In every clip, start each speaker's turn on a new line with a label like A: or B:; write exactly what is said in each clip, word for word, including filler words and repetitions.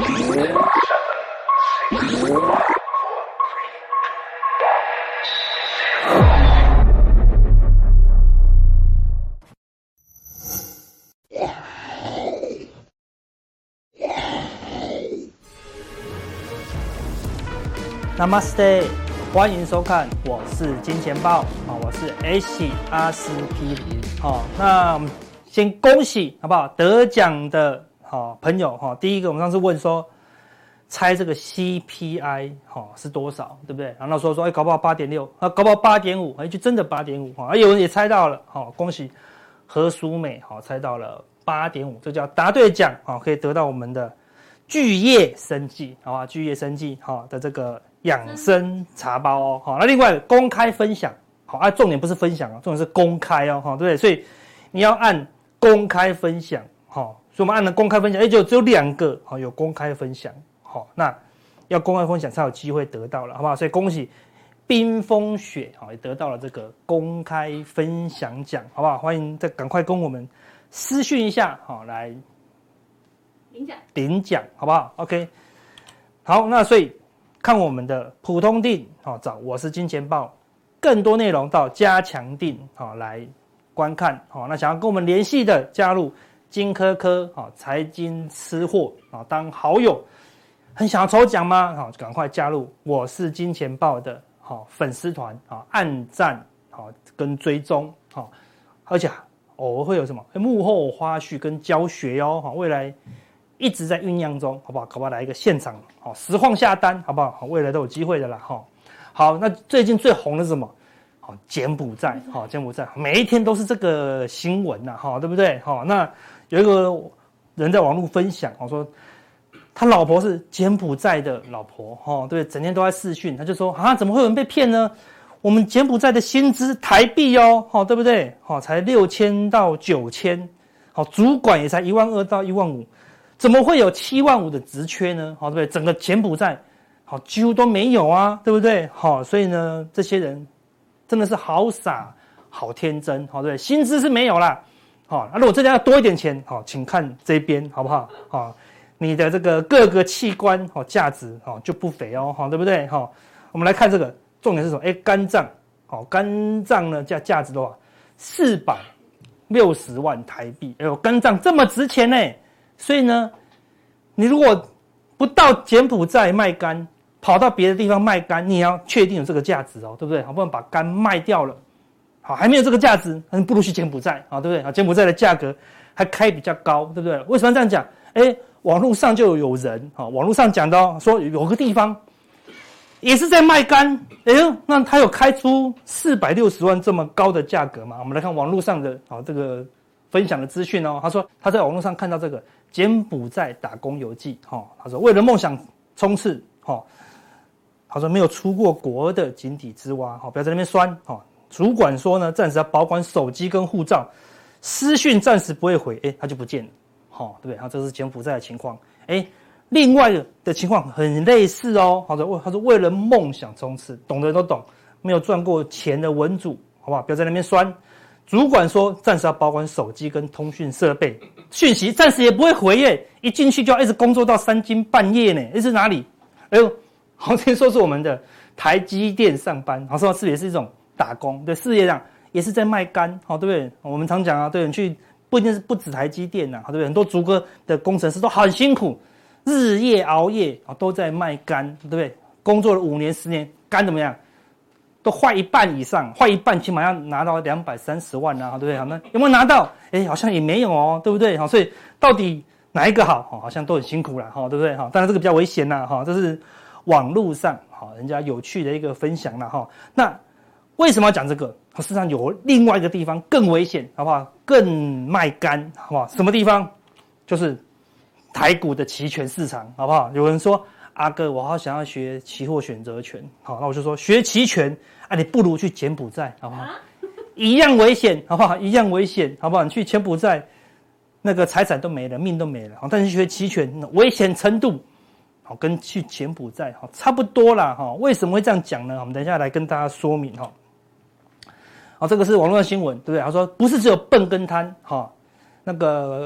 A: Namaste， 欢迎收看，我是金钱豹啊，我是 H 阿司匹林。好，那我们先恭喜好不好？得奖的好朋友哈，第一个我们上次问说，猜这个 C P I 哈是多少，对不对？然后说说哎，搞不好八点六，啊，搞不好八点五，哎，就真的八点五哈。有人也猜到了，好，恭喜何淑美，好，猜到了八点五，这叫答对奖，好，可以得到我们的巨业生技，好吧？巨业生技好的这个养生茶包哦，好，那另外公开分享，好啊，重点不是分享哦，重点是公开哦，哈，对不对？所以你要按公开分享，好，所以我们按了公开分享，哎，就只有两个，好，有公开分享，好，那要公开分享才有机会得到了，好不好？所以恭喜冰封雪，好，也得到了这个公开分享奖，好不好？欢迎再赶快跟我们私讯一下，好，来
B: 领奖，
A: 领奖，好不好 ？OK， 好，那所以。看我们的普通订，好找我是金钱豹，更多内容到加强订，好来观看，好那想要跟我们联系的，加入金科科，好财经吃货，好当好友，很想要抽奖吗？好赶快加入我是金钱豹的好粉丝团，好按赞，好跟追踪，好而且偶尔会有什么幕后花絮跟教学哟，好未来。一直在酝酿中，好不好？搞不好来一个现场，好实况下单，好不好？好，未来都有机会的啦，哈。好，那最近最红的是什么？好，柬埔寨，好，柬埔寨，每一天都是这个新闻呐，哈，对不对？好，那有一个人在网络分享，我说他老婆是柬埔寨的老婆，哈，对，整天都在视讯，他就说啊，怎么会有人被骗呢？我们柬埔寨的薪资台币哦，好，对不对？好，才六千到九千，好，主管也才一万二到一万五。怎么会有七万五的职缺呢？好，对不对？整个柬埔寨，好几乎都没有啊，对不对？好，所以呢，这些人真的是好傻、好天真，好，对不对？薪资是没有啦，好，那如果这家要多一点钱，好，请看这边好不好？好，你的这个各个器官，好价值，好就不菲哦，好，对不对？好，我们来看这个，重点是什么？哎，肝脏，好，肝脏呢价价值多少？四百六十万台币，哎呦，肝脏这么值钱呢？所以呢，你如果不到柬埔寨卖肝，跑到别的地方卖肝，你也要确定有这个价值哦，对不对？好，不然把肝卖掉了，好还没有这个价值，那不如去柬埔寨，好对不对？好，柬埔寨的价格还开比较高，对不对？为什么这样讲？哎，网络上就有人，好，网络上讲的哦，说有个地方也是在卖肝，哎呦，那他有开出四百六十万这么高的价格吗？我们来看网络上的，好这个分享的资讯哦，他说他在网络上看到这个。柬埔寨打工游记，哈，他说为了梦想冲刺，哈，他说没有出过国的井底之蛙，哈，不要在那边酸，哈。主管说呢，暂时要保管手机跟护照，私讯暂时不会回，哎，他就不见了，哈，对不对？他这是柬埔寨的情况，哎，另外的情况很类似哦，他说他说为了梦想冲刺，懂的人都懂，没有赚过钱的文主，好不好？不要在那边酸。主管说暂时要保管手机跟通讯设备，讯息暂时也不会回耶，一进去就要一直工作到三更半夜呢，这是哪里？哎呦，好听说是我们的台积电上班，好说是也是一种打工，对，事业上也是在卖肝，好对不对？我们常讲啊，对，你去不一定是不止台积电呐，好对不对？很多竹科的工程师都很辛苦，日夜熬夜啊，都在卖肝，对不对？工作了五年十年，肝怎么样？都坏一半以上，坏一半起码要拿到两百三十万啊，对不对？好，那有没有拿到？哎，好像也没有哦，对不对？好，所以到底哪一个好？好像都很辛苦啦，哈，对不对？哈，当然这个比较危险啦，哈，这是网络上好人家有趣的一个分享啦，哈。那为什么要讲这个？事实上有另外一个地方更危险，好不好？更卖肝，好不好？什么地方？就是台股的期权市场，好不好？有人说阿哥，我好想要学期货选择权，好，那我就说学期权。啊，你不如去柬埔寨，好不好？啊、一样危险，好不好？一样危险，好不好？你去柬埔寨，那个财产都没了，命都没了。好，但是学期权，危险程度，好，跟去柬埔寨好差不多啦，哈。为什么会这样讲呢？我们等一下来跟大家说明哈。好，这个是网络的新闻，对不对？他说不是只有笨跟贪，哈，那个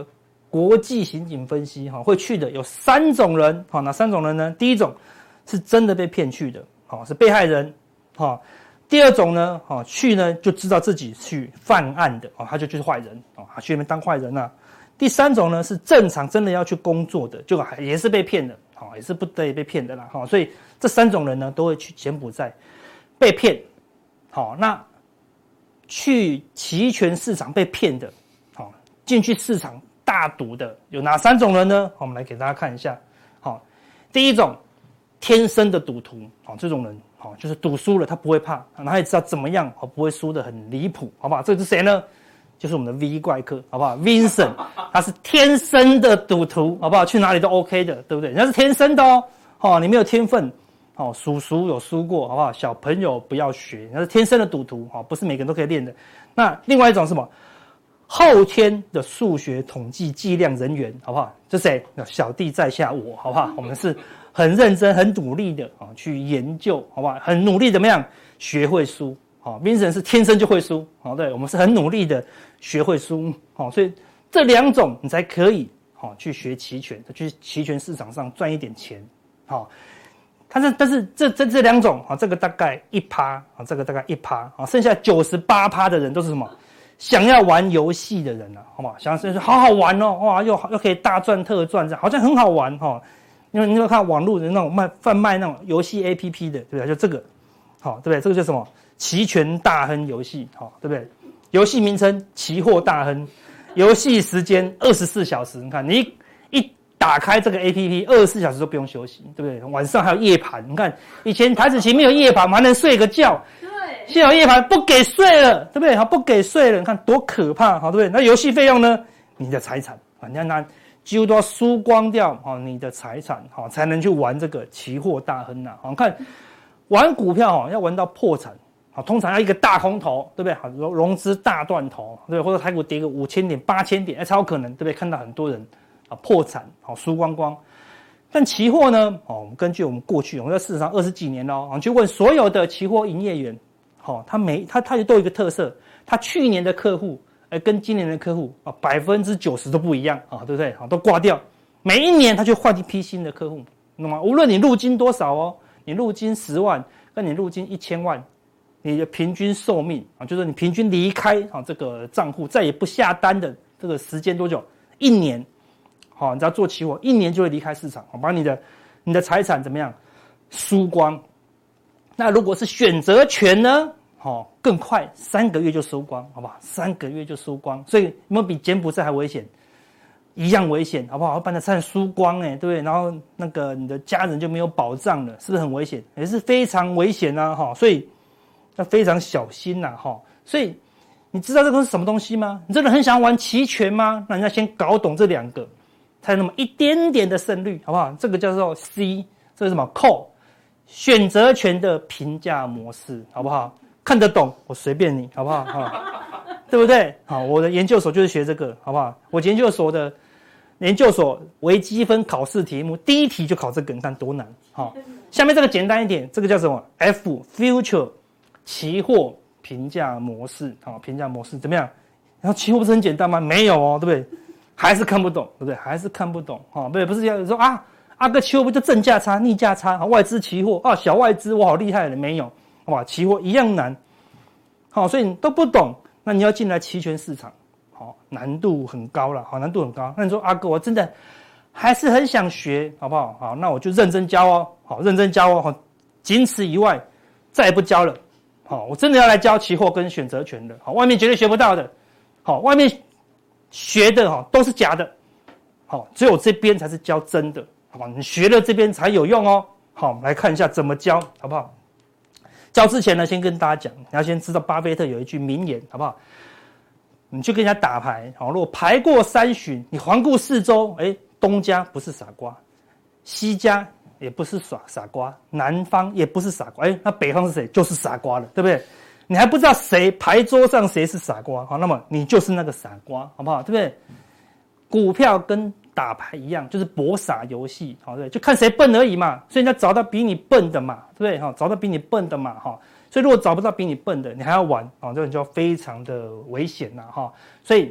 A: 国际刑警分析哈会去的有三种人，好，哪三种人呢？第一种是真的被骗去的，好，是被害人，好。第二种呢，好去呢就知道自己去犯案的，哦，他就就是坏人，哦，他去那边当坏人啊。第三种呢是正常真的要去工作的，就也是被骗的，好，也是不得已被骗的啦，好，所以这三种人呢都会去柬埔寨被骗，好，那去期权市场被骗的，好，进去市场大赌的有哪三种人呢？我们来给大家看一下，好，第一种天生的赌徒，好，这种人。好，就是赌输了他不会怕，他也知道怎么样，好不会输得很离谱，好不好？这是谁呢？就是我们的 V 怪客，好不好 ？Vincent， 他是天生的赌徒，好不好？去哪里都 OK 的，对不对？人家是天生的哦，哦，你没有天分，哦，叔叔有输过，好不好？小朋友不要学，人家是天生的赌徒，好，不是每个人都可以练的。那另外一种是什么？后天的数学统计计量人员，好不好？这谁？小弟在下我，好不好？我们是。很认真、很努力的啊，去研究，好不好？很努力怎么样？学会输，好 ，Vincent 是天生就会输，好，对，我们是很努力的学会输，好，所以这两种你才可以好去学期权，去期权市场上赚一点钱，好。但是但是这这这两种啊，这个大概一趴啊，这个大概一趴啊，剩下九十八趴的人都是什么？想要玩游戏的人啊，好不好？想要好好玩哦，哇，又又可以大赚特赚，这样好像很好玩哈。因为你有看网络的那种卖贩卖那种游戏 A P P 的，对不对？就这个，好，对不对？这个叫什么？期权大亨游戏，好，对不对？游戏名称期货大亨，游戏时间二十四小时。你看，你一一打开这个 A P P， 二十四小时都不用休息，对不对？晚上还有夜盘。你看，以前台子期没有夜盘，还能睡个觉。对，现在有夜盘不给睡了，对不对？好，不给睡了，你看多可怕，好，对不对？那游戏费用呢？你的财产，你看那。几乎都要输光掉哦，你的财产好才能去玩这个期货大亨呐。好，看玩股票哦，要玩到破产，好，通常要一个大空头，对不对？好，融融资大断头，对不对？或者台股跌个五千点、八千点，哎，才有可能，对不对？看到很多人啊破产，好输光光。但期货呢，哦，我们根据我们过去我们在市场上二十几年喽，啊，去问所有的期货营业员，好，他每他他都有一个特色，他去年的客户。哎，跟今年的客户啊，百分之九十都不一样啊，对不对？啊，都挂掉。每一年他就换一批新的客户，那么无论你入金多少哦，你入金十万，跟你入金一千万，你的平均寿命啊，就是你平均离开啊这个账户再也不下单的这个时间多久？一年。好，你只要做期货，一年就会离开市场，把你的你的财产怎么样输光？那如果是选择权呢？好、哦，更快，三个月就输光，好不好？三个月就输光，所以有没有比柬埔寨还危险？一样危险，好不好？把你的财产输光，哎，对不对？然后那个你的家人就没有保障了，是不是很危险？也是非常危险啊，哈、哦，所以要非常小心呐，哈、哦。所以你知道这个是什么东西吗？你真的很想玩期权吗？那你要先搞懂这两个，才有那么一点点的胜率，好不好？这个叫做 C， 这是什么 ？Call 选择权的评价模式，好不好？看得懂，我随便你，好不好？好，对不对？好，我的研究所就是学这个，好不好？我研究所的研究所微积分考试题目，第一题就考这个，你看多难。好，下面这个简单一点，这个叫什么 ？F Future 期货评价模式，好，评价模式怎么样？然后期货不是很简单吗？没有哦，对不对？还是看不懂，对不对？还是看不懂，哈，对，不是要说啊，阿哥期货不就正价差、逆价差，外资期货啊，小外资我好厉害了，没有。哇，期货一样难，好，所以你都不懂，那你要进来期权市场，好，难度很高了，好，难度很高。那你说阿哥，我真的还是很想学，好不好？好，那我就认真教哦，好，认真教哦，好，仅此以外再也不教了，好，我真的要来教期货跟选择权的，好，外面绝对学不到的，好，外面学的哈都是假的，好，只有这边才是教真的，好吧？你学了这边才有用哦，好，来看一下怎么教，好不好？教之前呢，先跟大家讲，你要先知道巴菲特有一句名言，好不好？你去跟人家打牌，好，如果牌过三巡，你环顾四周，哎，东家不是傻瓜，西家也不是傻傻瓜，南方也不是傻瓜，哎，那北方是谁？就是傻瓜了，对不对？你还不知道谁牌桌上谁是傻瓜，好，那么你就是那个傻瓜，好不好？对不对？股票跟打牌一样，就是博傻游戏，好，对，就看谁笨而已嘛。所以你要找到比你笨的嘛，对不对？哈，找到比你笨的嘛，哈。所以如果找不到比你笨的，你还要玩，啊，这就非常的危险呐，哈。所以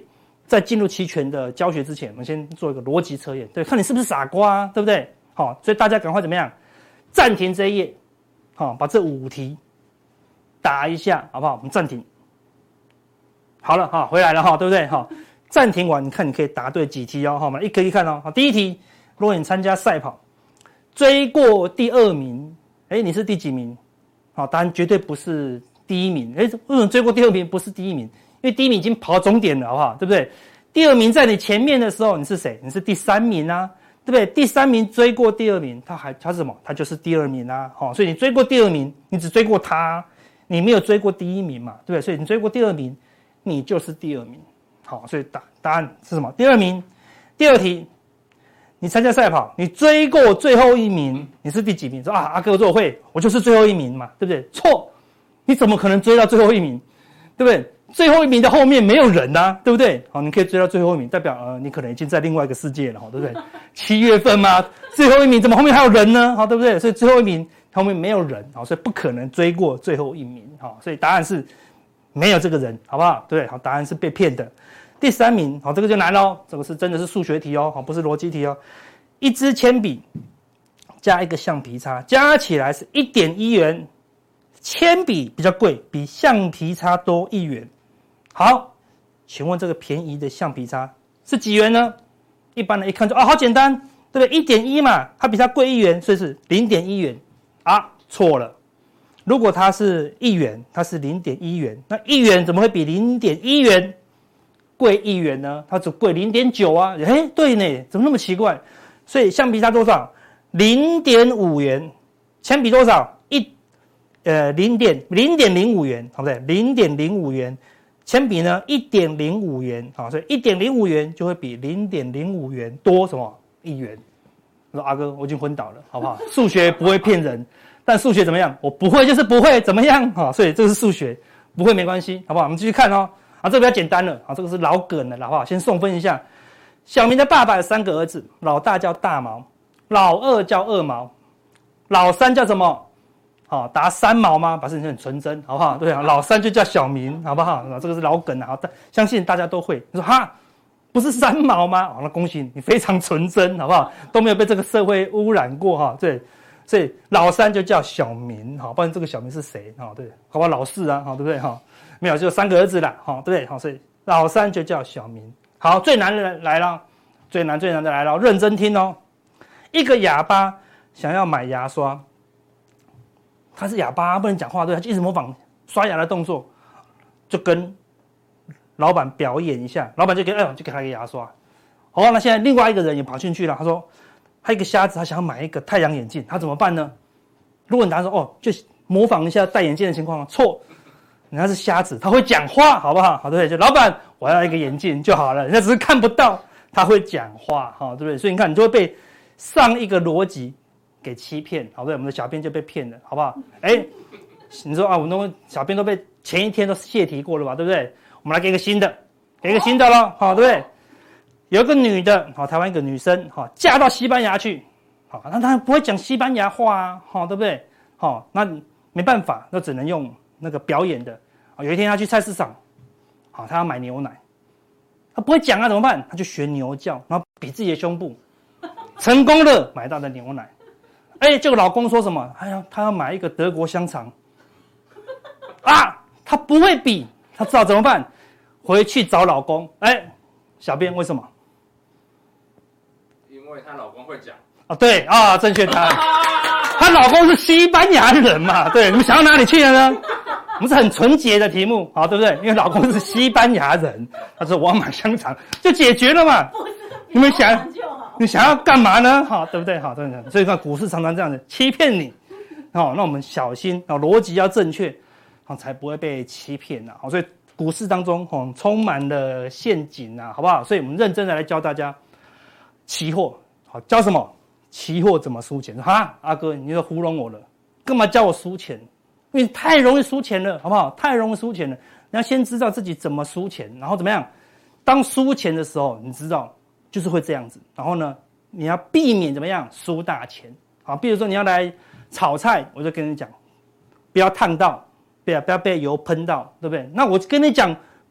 A: 在进入期权的教学之前，我们先做一个逻辑测验，对，看你是不是傻瓜、啊，对不对？好、哦，所以大家赶快怎么样？暂停这一页，好、哦，把这五题打一下，好不好？我们暂停。好了哈、哦，回来了哈、哦，对不对？哈、哦，暂停完，你看你可以答对几题哦，好、哦，我们一个一个看哦。好，第一题，如果你参加赛跑，追过第二名，哎，你是第几名？好，答案绝对不是第一名。哎，为什么追过第二名不是第一名？因为第一名已经跑到终点了，好不好？对不对？第二名在你前面的时候，你是谁？你是第三名啊，对不对？第三名追过第二名，他还他是什么？他就是第二名啊，好、哦，所以你追过第二名，你只追过他，你没有追过第一名嘛，对不对？所以你追过第二名，你就是第二名。好，所以答答案是什么？第二名。第二题，你参加赛跑，你追过最后一名，你是第几名？说啊，阿哥说我会，我就是最后一名嘛，对不对？错，你怎么可能追到最后一名？对不对？最后一名的后面没有人啊，对不对？好，你可以追到最后一名，代表呃你可能已经在另外一个世界了，对不对？七月份嘛，最后一名怎么后面还有人呢？好，对不对？所以最后一名后面没有人，好，所以不可能追过最后一名，好，所以答案是没有这个人，好不好？对，好，答案是被骗的。第三名，好，这个就难喽，这个是真的是数学题哦，好，不是逻辑题哦。一支铅笔加一个橡皮擦，加起来是 一点一元，铅笔比较贵，比橡皮擦多一元。好，请问这个便宜的橡皮擦是几元呢？一般人一看就啊，好简单，对不对？ 一点一 嘛，它比它贵一元，所以是 零点一元啊，错了。如果它是一元，它是 零点一元，那一元怎么会比 零点一元贵一元呢？它只贵 零点九 啊，诶，对呢，怎么那么奇怪？所以橡皮擦多少 ？零点五 元，铅笔多少？一呃零点零点零五元，好不对？零点零五元，铅笔呢 一点零五元，好，所以 一点零五元就会比 零点零五元多什么一元？我说阿哥，我已经昏倒了，好不好？数学不会骗人，但数学怎么样？我不会就是不会，怎么样？好，所以这是数学，不会没关系，好不好？我们继续看哦。啊，这个比较简单了，啊，这个是老梗了，好不好？先送分一下。小明的爸爸有三个儿子，老大叫大毛，老二叫二毛，老三叫什么？好、哦，答三毛吗？把事情很纯真，好不好？对啊，老三就叫小明，好不好？这个是老梗啊，相信大家都会。你说哈，不是三毛吗？好、哦，那恭喜你，你非常纯真，好不好？都没有被这个社会污染过哈。对，所以老三就叫小明，好，不然这个小明是谁？哈，对，好不好？老四啊，好，对不对？哈，没有，就三个儿子啦，好，对不对？好，所以老三就叫小明。好，最难的来了，最难最难的来了，认真听哦。一个哑巴想要买牙刷，他是哑巴，不能讲话，对，他就一直模仿刷牙的动作，就跟老板表演一下，老板就给，哎呦，就给他一个牙刷。好，那现在另外一个人也跑进去了，他说，他一个瞎子，他想要买一个太阳眼镜，他怎么办呢？如果你答案说，哦，就模仿一下戴眼镜的情况吗？错。人家是瞎子，他会讲话，好不好？好，对不对？就老板，我要一个眼镜就好了。人家只是看不到，他会讲话，好，对不对？所以你看，你就会被上一个逻辑给欺骗，好，对，我们的小编就被骗了，好不好？哎，你说啊，我们都小编都被前一天都泄题过了吧，对不对？我们来给一个新的，给一个新的咯，好，对不对？有一个女的，好，台湾一个女生，好，嫁到西班牙去，好，那她不会讲西班牙话啊，好，对不对？好，那没办法，那只能用那个表演的。有一天他去菜市场，好，他要买牛奶，他不会讲啊，怎么办？他就学牛叫，然后比自己的胸部，成功了，买到的牛奶。哎，这个老公说什么？哎呀，他要买一个德国香肠。啊，他不会比，他知道怎么办？回去找老公。哎，小编为什么？
C: 因为她老公会讲。
A: 啊，对啊，正确答案。她老公是西班牙人嘛？对，你们想到哪里去了呢？我们是很纯洁的题目，好，对不对？因为老公是西班牙人，他说我要买香肠，就解决了嘛。
B: 不是，
A: 你们想，你想要干嘛呢？好，对不对？好，对不对？所以看股市常常这样子欺骗你，好，那我们小心，啊，逻辑要正确，好，才不会被欺骗呐。好，所以股市当中，哦，充满了陷阱啊，好不好？所以我们认真的来教大家期货，好，教什么？期货怎么输钱？哈，阿哥，你又糊弄我了，干嘛教我输钱？因为太容易输钱了，好不好？太容易输钱了，你要先知道自己怎么输钱，然后怎么样？当输钱的时候，你知道就是会这样子。然后呢，你要避免怎么样输大钱？好，比如说你要来炒菜，我就跟你讲，不要烫到，不要不要被油喷到，对不对？那我跟你讲，不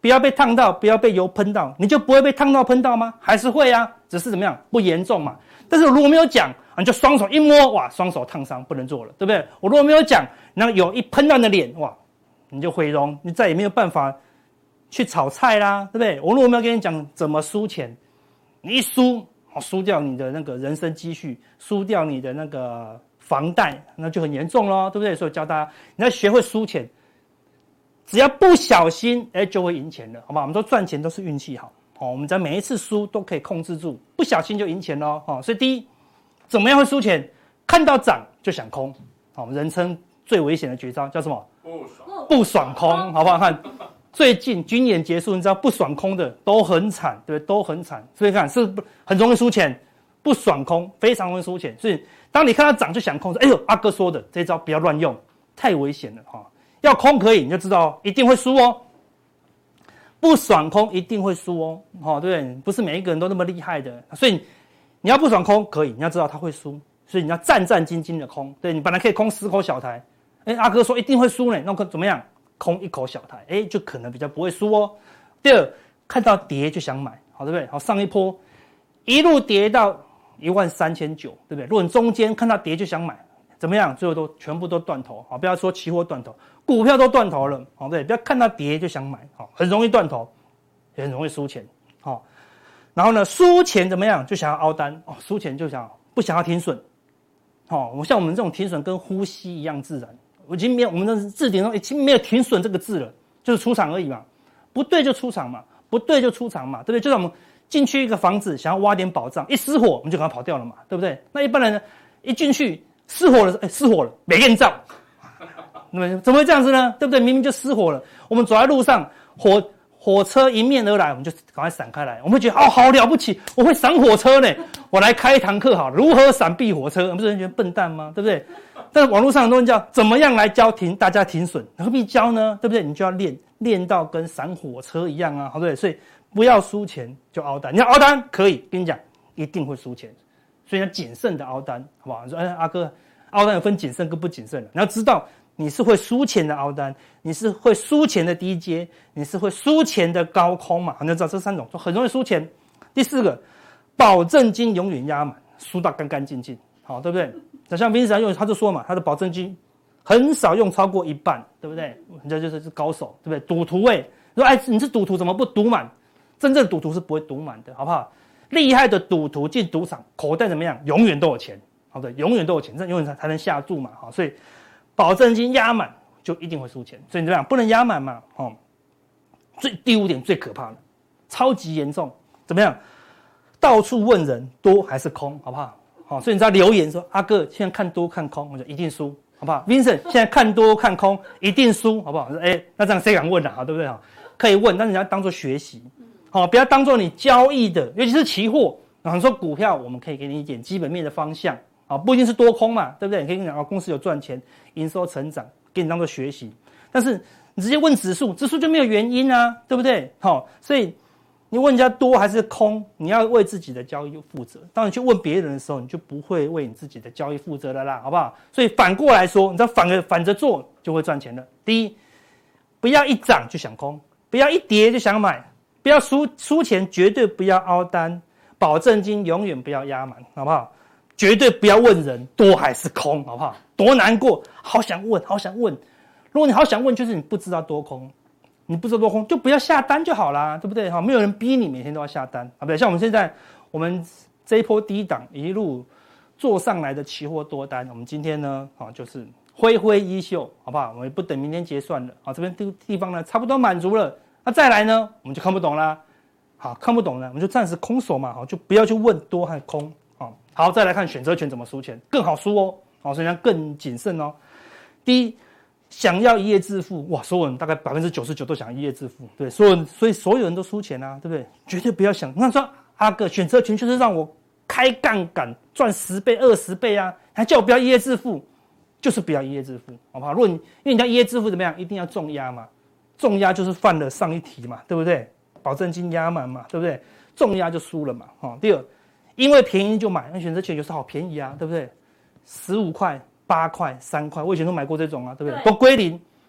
A: 不要被烫到，不要被油喷到，你就不会被烫到喷到吗？还是会啊，只是怎么样不严重嘛。但是如果没有讲，你就双手一摸，哇，双手烫伤不能做了，对不对？我如果没有讲，然后有一喷到你的脸，哇，你就毁容，你再也没有办法去炒菜啦，对不对？我如果没有跟你讲怎么输钱，你一输，输掉你的那个人生积蓄，输掉你的那个房贷，那就很严重咯，对不对？所以教大家，你要学会输钱，只要不小心，哎，就会赢钱了，好不好？我们说赚钱都是运气好，哦，我们在每一次输都可以控制住，不小心就赢钱咯，哦，所以第一，怎么样会输钱？看到涨就想空，好，我们人称最危险的绝招叫什么？
C: 不爽，
A: 不爽空，好不好？看最近军演结束，你知道不爽空的都很惨，对不对？都很惨，所以看是不很容易输钱，不爽空非常容易输钱。所以当你看到涨就想空，说哎呦，阿哥说的这招不要乱用，太危险了哈、哦。要空可以，你就知道一定会输哦。不爽空一定会输哦，哦，对不对？不是每一个人都那么厉害的，所以你要不爽空可以，你要知道他会输，所以你要战战兢兢的空。对，你本来可以空十口小台，哎，阿哥说一定会输呢，那可怎么样？空一口小台，哎，就可能比较不会输哦。第二，看到跌就想买，好对不对？好，上一波一路跌到一万三千九，对不对？如果你中间看到跌就想买，怎么样？最后都全部都断头，好，不要说期货断头，股票都断头了，好对，不要看到跌就想买，好，很容易断头，也很容易输钱，好。然后呢，输钱怎么样？就想要凹单，哦，输钱就想不想要停损，好，我像我们这种停损跟呼吸一样自然。我已经没有，我们的字典中已经没有停损这个字了，就是出场而已嘛，不对就出场嘛，不对就出场嘛，对不对？就像我们进去一个房子，想要挖点宝藏，一失火我们就赶快跑掉了嘛，对不对？那一般人呢，一进去失火了，哎，失火了，没验照，那么怎么会这样子呢？对不对？明明就失火了，我们走在路上，火火车迎面而来，我们就赶快闪开来，我们会觉得哦，好了不起，我会闪火车呢，我来开一堂课好了，如何闪避火车？我们不是人觉得笨蛋吗？对不对？但是网络上很多人教怎么样来教停大家停损，何必教呢？对不对？你就要练练到跟闪火车一样啊，好不对？所以不要输钱就凹单，你要凹单可以，跟你讲一定会输钱，所以要谨慎的凹单，好不好？你说哎，阿哥，凹单有分谨慎跟不谨慎的，你要知道你是会输钱的凹单，你是会输钱的低阶，你是会输钱的高空嘛？你要知道这三种就很容易输钱。第四个，保证金永远压满，输到干干净净，好，对不对？那像 Vincent 用他就说嘛，他的保证金很少用超过一半，对不对？人家就是高手，对不对？赌徒哎，说哎你是赌徒怎么不赌满？真正赌徒是不会赌满的，好不好？厉害的赌徒进赌场，口袋怎么样？永远都有钱，好的，永远都有钱，这永远才能下注嘛，好，所以保证金压满就一定会输钱，所以你怎么样？不能压满嘛，哦。最第五点最可怕的，超级严重，怎么样？到处问人多还是空，好不好？好，所以你知道留言说阿哥现在看多看空，我就一定输，好不好 ？Vincent 现在看多看空一定输，好不好？哎，那这样谁敢问啊？对不对？可以问，但是你要当做学习，好，不要当做你交易的，尤其是期货。然后说股票，我们可以给你一点基本面的方向，啊，不一定是多空嘛，对不对？你可以跟你讲，哦，公司有赚钱，营收成长，给你当做学习。但是你直接问指数，指数就没有原因啊，对不对？好，所以。你问人家多还是空，你要为自己的交易负责。当你去问别人的时候，你就不会为你自己的交易负责了啦，好不好？所以反过来说，你知道反着反着做就会赚钱了。第一，不要一涨就想空，不要一跌就想买，不要输输钱，绝对不要凹单，保证金永远不要压满，好不好？绝对不要问人多还是空，好不好？多难过，好想问，好想问。如果你好想问，就是你不知道多空。你不知道多空就不要下单就好啦，对不对？没有人逼你每天都要下单，啊，不对？像我们现在我们这一波低档一路做上来的期货多单，我们今天呢，啊，就是挥挥衣袖，好不好？我们不等明天结算了，啊，这边地地方呢差不多满足了，那再来呢，我们就看不懂啦，好，看不懂了，我们就暂时空手嘛，好，就不要去问多还空，啊，好，再来看选择权怎么输钱，更好输哦，好，所以要更谨慎哦。第一。想要一夜致富，哇！所有人大概百分之九十九都想一夜致富，对，所有人，所以所有人都输钱啊，对不对？绝对不要想。那说阿哥，选择权就是让我开杠杆赚十倍、二十倍啊，还叫我不要一夜致富，就是不要一夜致富，好不好？如果你因为你要一夜致富怎么样？一定要重压嘛，重压就是犯了上一题嘛，对不对？保证金压满嘛，对不对？重压就输了嘛，哦。第二，因为便宜就买，那选择权有时候好便宜啊，对不对？十五块。八块、三块，我以前都买过这种啊，对不对？都归零，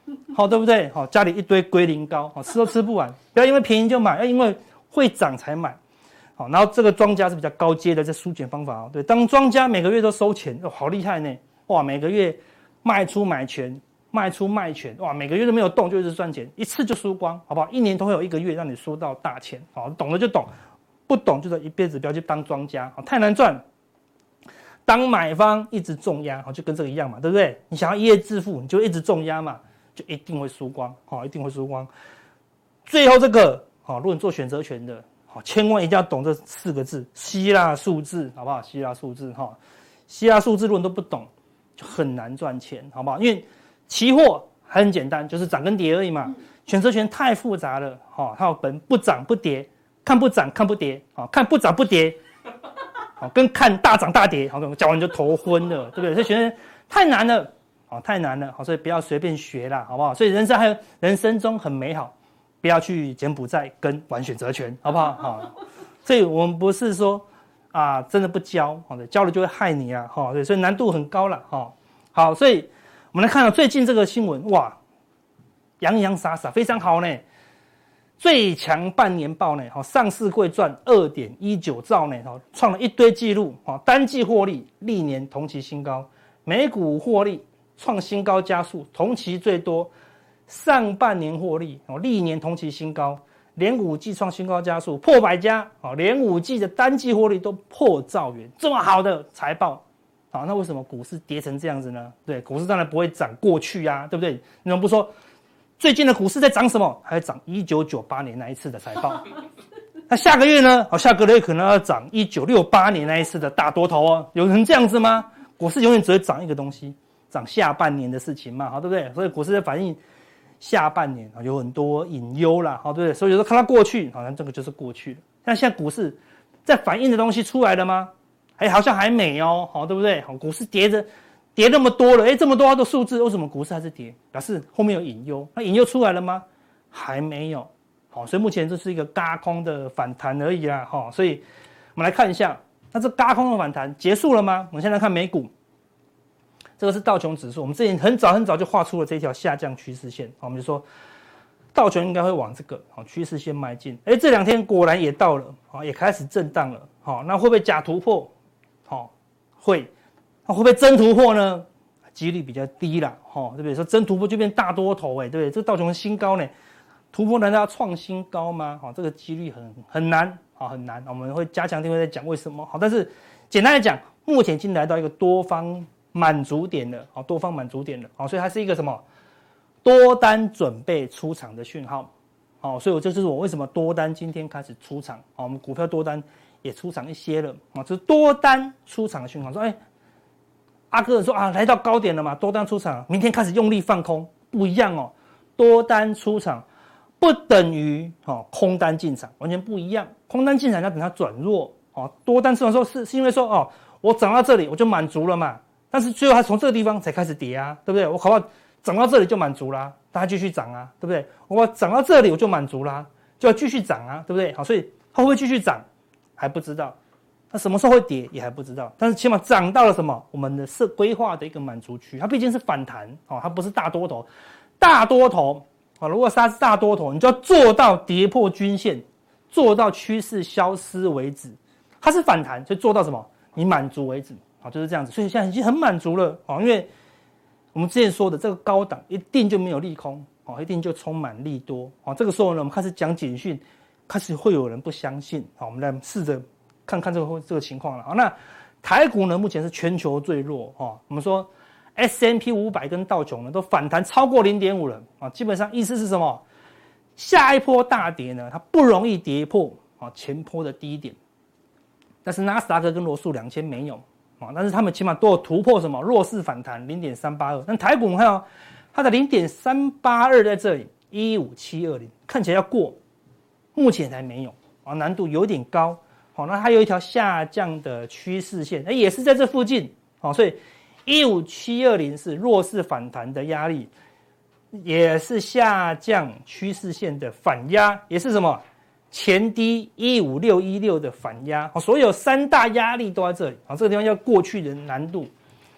A: 好，对不对？好，家里一堆龟苓膏，好，吃都吃不完。不要因为便宜就买，要因为会涨才买。好，然后这个庄家是比较高阶的这输钱方法哦。对，当庄家每个月都收钱，哦，好厉害呢！哇，每个月卖出买权，卖出卖权，哇，每个月都没有动就一直赚钱，一次就输光，好不好？一年都会有一个月让你输到大钱。好，懂了就懂，不懂就是一辈子不要去当庄家，好，太难赚。当买方一直重压，好，就跟这个一样嘛，对不对？你想要一夜致富，你就一直重压嘛，就一定会输光，好，一定会输光。最后这个，好，如果你做选择权的。好，千万一定要懂这四个字，希腊数字，好不好？希腊数字，哈，希腊数字如果你都不懂，就很难赚钱，好不好？因为期货还很简单，就是涨跟跌而已嘛。选择权太复杂了，哈，它有本不涨不跌，看不涨看不跌，好，看不涨不跌，好，跟看大涨大跌，好，讲完就头昏了，对不对？所以选择权太难了，好，太难了，好，所以不要随便学啦，好不好？所以人生还有人生中很美好。不要去柬埔寨跟玩选择权，好不好？好，所以我们不是说啊，真的不教，好的，教了就会害你啊，哈，对，所以难度很高了，哈。好，所以我们来看到最近这个新闻，哇，洋洋洒洒，非常好呢。最强半年报呢，好，上市柜赚 二点一九兆呢，好，创了一堆记录，好，单季获利历年同期新高，每股获利创新高加速，同期最多。上半年获利哦，历年同期新高，连五季创新高加速，破百家哦，连五季的单季获利都破兆元，这么好的财报，好，那为什么股市跌成这样子呢？对，股市当然不会涨过去啊，对不对？你怎么不说最近的股市在涨什么？还涨一九九八年那一次的财报，那下个月呢？好，下个月可能要涨一九六八年那一次的大多头哦，有人这样子吗？股市永远只会涨一个东西，涨下半年的事情嘛，好，对不对？所以股市的反应。下半年啊有很多隐忧啦，好，对不对？所以有时候看它过去，好像这个就是过去了。但现在股市在反映的东西出来了吗？哎，好像还没哦，好，对不对？好，股市跌着跌那么多了，哎，这么多的数字，为什么股市还是跌？表示后面有隐忧。那隐忧出来了吗？还没有。好，所以目前这是一个轧空的反弹而已啦，哈。所以我们来看一下，那这轧空的反弹结束了吗？我们现在看美股。这个是道琼指数，我们之前很早很早就画出了这条下降趋势线，我们就说道琼应该会往这个好趋势线迈进。哎，这两天果然也到了，好，也开始震荡了，好，那会不会假突破？好，会，那会不会真突破呢？几率比较低啦，哈，对不对？说真突破就变大多头，哎，对不对？这个道琼新高呢，突破难道要创新高吗？好，这个几率很很难，好，很难。我们会加强定会再讲为什么，好，但是简单来讲，目前已经来到一个多方。满足点了，好，多方满足点了，好，所以它是一个什么多单准备出场的讯号，好，所以这就是我为什么多单今天开始出场，好，我们股票多单也出场一些了，啊，这是多单出场的讯号，说，哎，阿哥说啊，来到高点了嘛，多单出场，明天开始用力放空，不一样哦，多单出场不等于哦空单进场，完全不一样，空单进场要等它转弱，哦，多单出场的时候是是因为说哦，我涨到这里我就满足了嘛。但是最后它从这个地方才开始跌啊，对不对？我好不好涨到这里就满足啦，大家继续涨啊，对不对？我涨到这里我就满足啦，就要继续涨啊，对不对？好，所以它会不会继续涨还不知道，那什么时候会跌也还不知道，但是起码涨到了什么？我们的设规划的一个满足区，它毕竟是反弹哦，它不是大多头，大多头啊，如果它是大多头，你就要做到跌破均线，做到趋势消失为止。它是反弹，就做到什么？你满足为止。好，就是这样子，所以现在已经很满足了哦，因为我们之前说的这个高档一定就没有利空哦，一定就充满利多哦。这个时候呢，我们开始讲警讯，开始会有人不相信。好，我们来试着看看这个这个情况了。好，那台股呢，目前是全球最弱哦。我们说 S and P 五百跟道琼呢都反弹超过 零点五 了啊，基本上意思是什么？下一波大跌呢，它不容易跌破啊前波的低点，但是纳斯达克跟罗素两千没有。但是他们起码都有突破什么弱势反弹 零点三八二， 但台股我们看到它的 零点三八二 在这里一五七二零，看起来要过，目前还没有啊，难度有点高。好，那它有一条下降的趋势线，哎，也是在这附近。好，所以一五七二零是弱势反弹的压力，也是下降趋势线的反压，也是什么？前低一五六一六的反压，所有三大压力都在这里。好，这个地方要过去的难度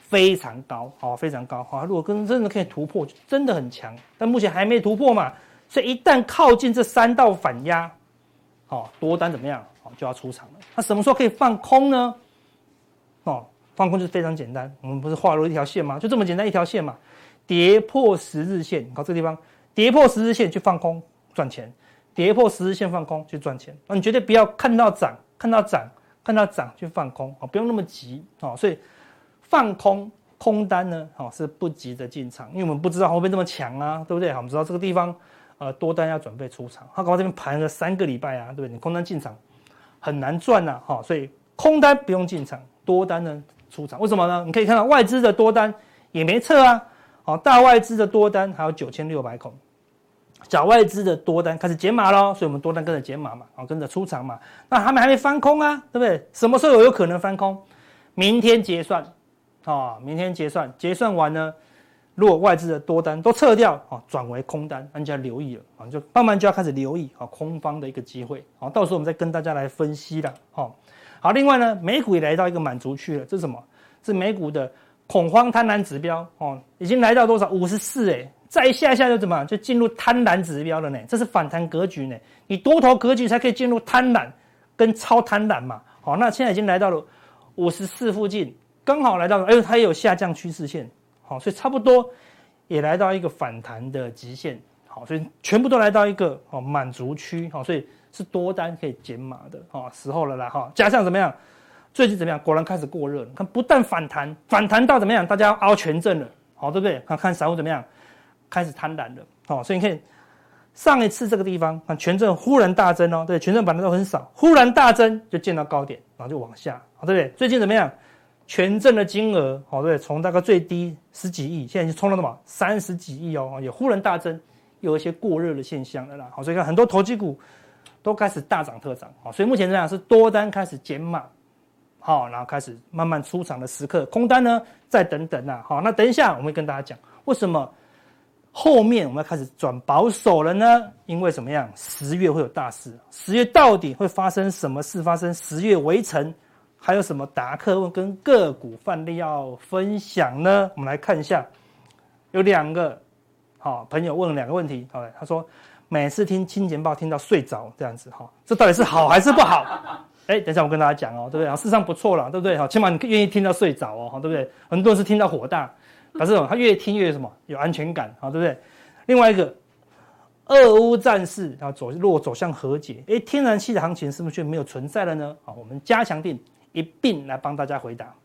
A: 非常高，好、哦，非常高，好、哦，如果跟真的可以突破，真的很强，但目前还没突破嘛，所以一旦靠近这三道反压，好、哦，多单怎么样，好、哦，就要出场了。那什么时候可以放空呢？哦，放空就是非常简单，我们不是画了一条线吗？就这么简单一条线嘛，跌破十日线，你看这个地方跌破十日线去放空赚钱，跌破十日线放空去赚钱，那你绝对不要看到涨，看到涨。看到涨去放空，不用那么急，所以放空空单呢是不急着进场，因为我们不知道会不会这么强啊，对不对？我们知道这个地方呃多单要准备出场，它搞到这边盘了三个礼拜啊，对不对？你空单进场很难赚呐，所以空单不用进场，多单呢出场，为什么呢？你可以看到外资的多单也没撤啊，大外资的多单还有九千六百口。小外资的多单开始减码咯，所以我们多单跟着减码嘛，跟着出场嘛。那他们还没翻空啊，对不对？什么时候有可能翻空？明天结算，哦，明天结算，结算完呢，如果外资的多单都撤掉，哦，转为空单，那你就要留意了，啊，就慢慢就要开始留意，啊，空方的一个机会，好，到时候我们再跟大家来分析了，好，好，另外呢，美股也来到一个满足区了，这是什么？是美股的恐慌贪婪指标，哦，已经来到多少？五十四，哎。再下下就怎么就进入贪婪指标了呢？这是反弹格局呢，你多头格局才可以进入贪婪跟超贪婪嘛。好，那现在已经来到了五十四附近，刚好来到了，哎呦，它也有下降趋势线，好，所以差不多也来到一个反弹的极限，好，所以全部都来到一个哦满足区，好，所以是多单可以减码的哦时候了啦哈。加上怎么样？最近怎么样？果然开始过热了，看不但反弹，反弹到怎么样？大家要凹权证了，好，对不对？看看散户怎么样？开始贪婪了，哦，所以你看上一次这个地方，看权证忽然大增哦，对，权证本来都很少，忽然大增就见到高点，然后就往下，好，对不对？最近怎么样？权证的金额，好，对，从大概最低十几亿，现在已经冲到什么三十几亿哦，也忽然大增，有一些过热的现象了啦，好，所以看很多投机股都开始大涨特涨，好，所以目前这样是多单开始减码，好，然后开始慢慢出场的时刻，空单呢再等等啦，好，那等一下我们会跟大家讲为什么。后面我们要开始转保守了呢？因为怎么样？十月会有大事，十月到底会发生什么事？发生十月围城，还有什么达克问跟个股范例要分享呢？我们来看一下，有两个好、哦、朋友问了两个问题。好，他说每次听金钱豹听到睡着这样子，哈、哦，这到底是好还是不好？哎，等一下我跟大家讲哦，对不对？事实上不错啦，对不对？好，起码你愿意听到睡着哦，对不对？很多人是听到火大。可是他越听越什么有安全感，好，对不对？另外一个，俄乌战事啊走若走向和解，哎，天然气的行情是不是却没有存在了呢？好，我们加强定一并来帮大家回答。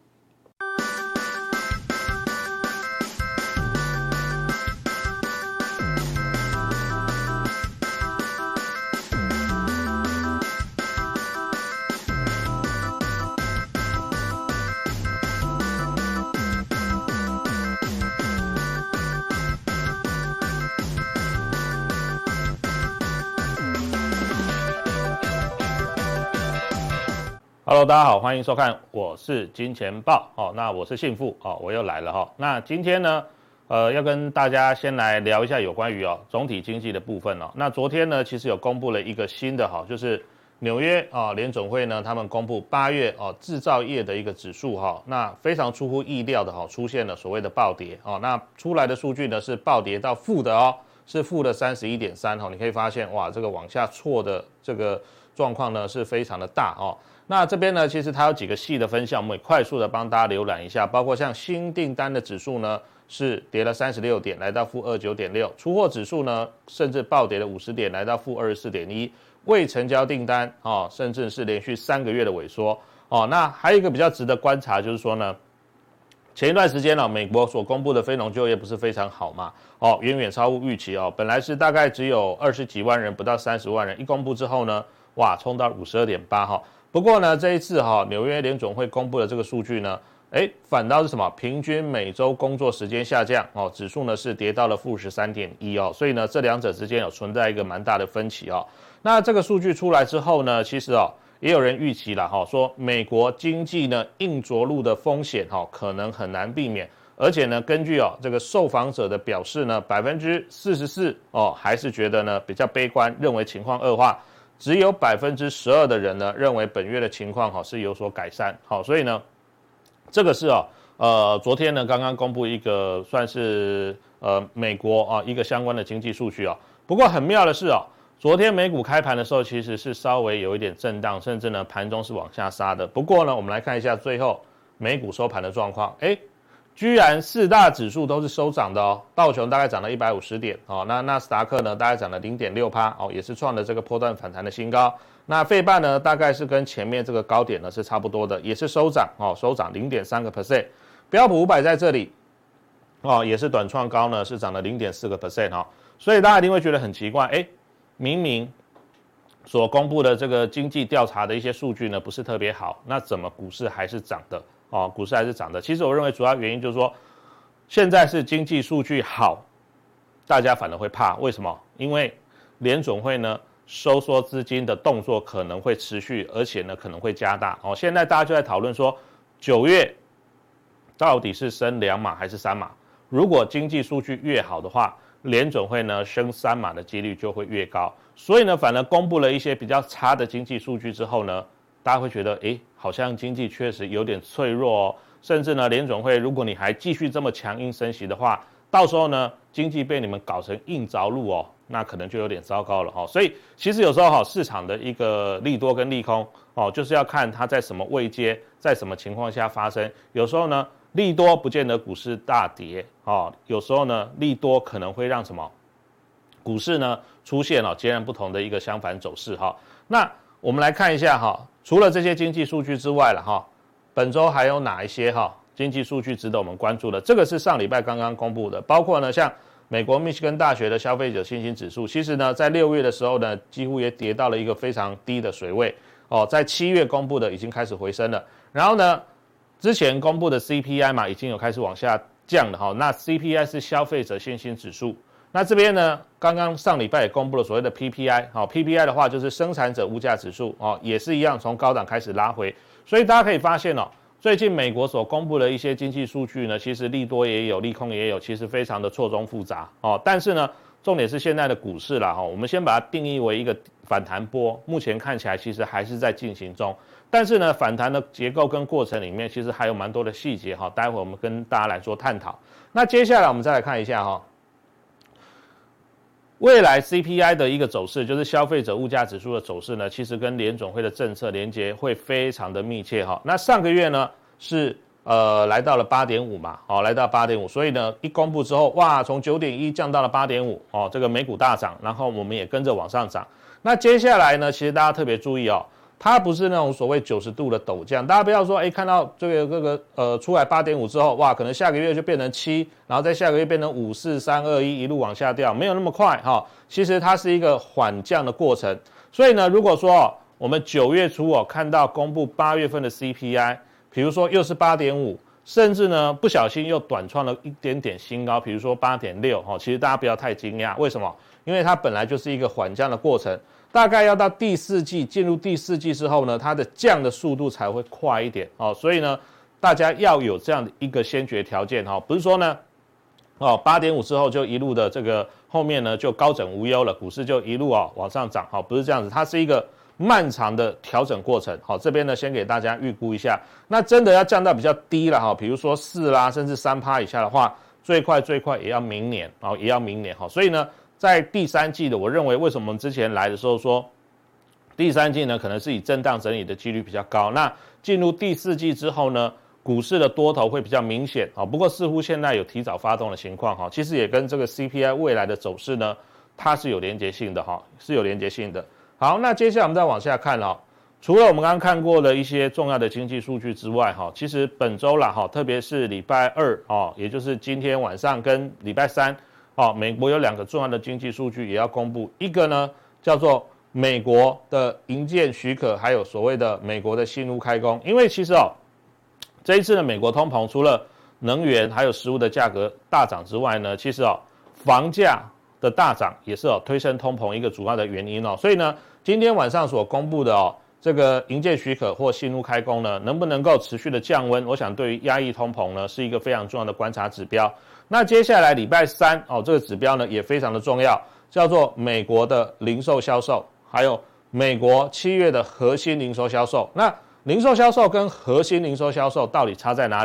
D: Hello， 大家好，欢迎收看，我是金钱豹哦。那我是幸富哦，我又来了哈、哦。那今天呢，呃，要跟大家先来聊一下有关于哦总体经济的部分哦。那昨天呢，其实有公布了一个新的哈、哦，就是纽约啊联总会呢，他们公布八月哦制造业的一个指数哈、哦，那非常出乎意料的哈、哦，出现了所谓的暴跌哦。那出来的数据呢是暴跌到负的哦，是负的三十一点三哈。你可以发现哇，这个往下挫的这个状况呢是非常的大哦。那这边呢，其实它有几个细的分项，我们也快速的帮大家浏览一下，包括像新订单的指数呢是跌了三十六点，来到负二十九点六，出货指数呢甚至暴跌了五十点，来到负二十四点一，未成交订单哦，甚至是连续三个月的萎缩哦。那还有一个比较值得观察，就是说呢，前一段时间呢、哦，美国所公布的非农就业不是非常好嘛，哦，远远超乎预期哦，本来是大概只有二十几万人，不到三十万人，一公布之后呢，哇，冲到五十二点八哈。不过呢，这一次哈、哦，纽约联总会公布的这个数据呢，哎，反倒是什么？平均每周工作时间下降哦，指数呢是跌到了负十三点一哦，所以呢，这两者之间有存在一个蛮大的分歧哦。那这个数据出来之后呢，其实哦，也有人预期了哈、哦，说美国经济呢硬着陆的风险哈、哦，可能很难避免。而且呢，根据哦这个受访者的表示呢，百分之四十四哦还是觉得呢比较悲观，认为情况恶化。只有百分之十二的人呢认为本月的情况哈是有所改善，好，所以呢，这个是哦呃，昨天呢刚刚公布一个算是呃美国啊一个相关的经济数据哦。不过很妙的是哦，昨天美股开盘的时候其实是稍微有一点震荡，甚至呢盘中是往下杀的。不过呢，我们来看一下最后美股收盘的状况，哎，居然四大指数都是收涨的哦。道琼大概涨了一百五十点哦，那纳斯达克呢大概涨了 零点六趴 哦，也是创了这个波段反弹的新高。那费半呢大概是跟前面这个高点呢是差不多的，也是收涨哦，收涨 零点三个 percent。标普五百在这里哦，也是短创高呢，是涨了 零点四个 percent 哦。所以大家一定会觉得很奇怪，哎，明明所公布的这个经济调查的一些数据呢不是特别好，那怎么股市还是涨的哦？股市还是涨的。其实我认为主要原因就是说，现在是经济数据好，大家反而会怕。为什么？因为联准会呢收缩资金的动作可能会持续，而且呢可能会加大哦。现在大家就在讨论说，九月到底是升两码还是三码？如果经济数据越好的话，联准会呢升三码的几率就会越高，所以呢，反而公布了一些比较差的经济数据之后呢，大家会觉得，诶，好像经济确实有点脆弱哦，甚至呢，联准会如果你还继续这么强硬升息的话，到时候呢，经济被你们搞成硬着陆哦，那可能就有点糟糕了哈、哦。所以其实有时候哈、哦，市场的一个利多跟利空哦，就是要看它在什么位阶，在什么情况下发生，有时候呢。利多不见得股市大跌哦，有时候呢，利多可能会让什么股市呢出现哦截然不同的一个相反走势哈、哦。那我们来看一下哈、哦，除了这些经济数据之外了哈、哦，本周还有哪一些哈、哦、经济数据值得我们关注的？这个是上礼拜刚刚公布的，包括呢像美国密歇根大学的消费者信心指数，其实呢在六月的时候呢，几乎也跌到了一个非常低的水位哦，在七月公布的已经开始回升了，然后呢。之前公布的 C P I 嘛，已经有开始往下降了哈。那 C P I 是消费者信心指数。那这边呢，刚刚上礼拜也公布了所谓的 P P I， 好 ，P P I 的话就是生产者物价指数哦，也是一样从高档开始拉回。所以大家可以发现哦，最近美国所公布的一些经济数据呢，其实利多也有，利空也有，其实非常的错综复杂哦。但是呢，重点是现在的股市啦哈，我们先把它定义为一个反弹波，目前看起来其实还是在进行中。但是呢，反弹的结构跟过程里面，其实还有蛮多的细节哈，待会我们跟大家来做探讨。那接下来我们再来看一下哈，未来 C P I 的一个走势，就是消费者物价指数的走势呢，其实跟联准会的政策连结会非常的密切哈。那上个月呢是呃来到了 八点五 嘛，哦，来到 八点五， 所以呢一公布之后，哇，从 九点一 降到了 八点五 哦，这个美股大涨，然后我们也跟着往上涨。那接下来呢，其实大家特别注意哦。它不是那种所谓九十度的陡降，大家不要说，哎，看到这个这个呃出来 八点五 之后，哇，可能下个月就变成七，然后再下个月变成五、四、三、二、一，一路往下掉，没有那么快哈、哦。其实它是一个缓降的过程。所以呢，如果说、哦、我们九月初哦看到公布八月份的 C P I， 比如说又是 八点五， 甚至呢不小心又短创了一点点新高，比如说 八点六 哈，其实大家不要太惊讶，为什么？因为它本来就是一个缓降的过程。大概要到第四季，进入第四季之后呢，它的降的速度才会快一点哦。所以呢，大家要有这样的一个先决条件哈、哦，不是说呢，哦 八点五 之后就一路的这个后面呢就高枕无忧了，股市就一路啊、哦、往上涨哈、哦，不是这样子，它是一个漫长的调整过程。好、哦，这边呢先给大家预估一下，那真的要降到比较低了哈、哦，比如说四啦，甚至 百分之三 以下的话，最快最快也要明年哦，也要明年哈、哦，所以呢。在第三季的，我认为为什么我们之前来的时候说，第三季呢可能是以震荡整理的几率比较高。那进入第四季之后呢，股市的多头会比较明显啊。不过似乎现在有提早发动的情况哈，其实也跟这个 C P I 未来的走势呢，它是有连结性的哈，是有连结性的。好，那接下来我们再往下看哦。除了我们刚刚看过的一些重要的经济数据之外哈，其实本周啦哈，特别是礼拜二哦，也就是今天晚上跟礼拜三。哦，美国有两个重要的经济数据也要公布，一个呢叫做美国的营建许可，还有所谓的美国的新屋开工。因为其实哦，这一次的美国通膨除了能源还有食物的价格大涨之外呢，其实哦房价的大涨也是哦推升通膨一个主要的原因哦。所以呢，今天晚上所公布的哦这个营建许可或新屋开工呢，能不能够持续的降温？我想对于压抑通膨呢是一个非常重要的观察指标。那接下来礼拜三哦，这个指标呢也非常的重要，叫做美国的零售销售，还有美国七月的核心零售销售。那零售销售跟核心零售销售到底差在哪里？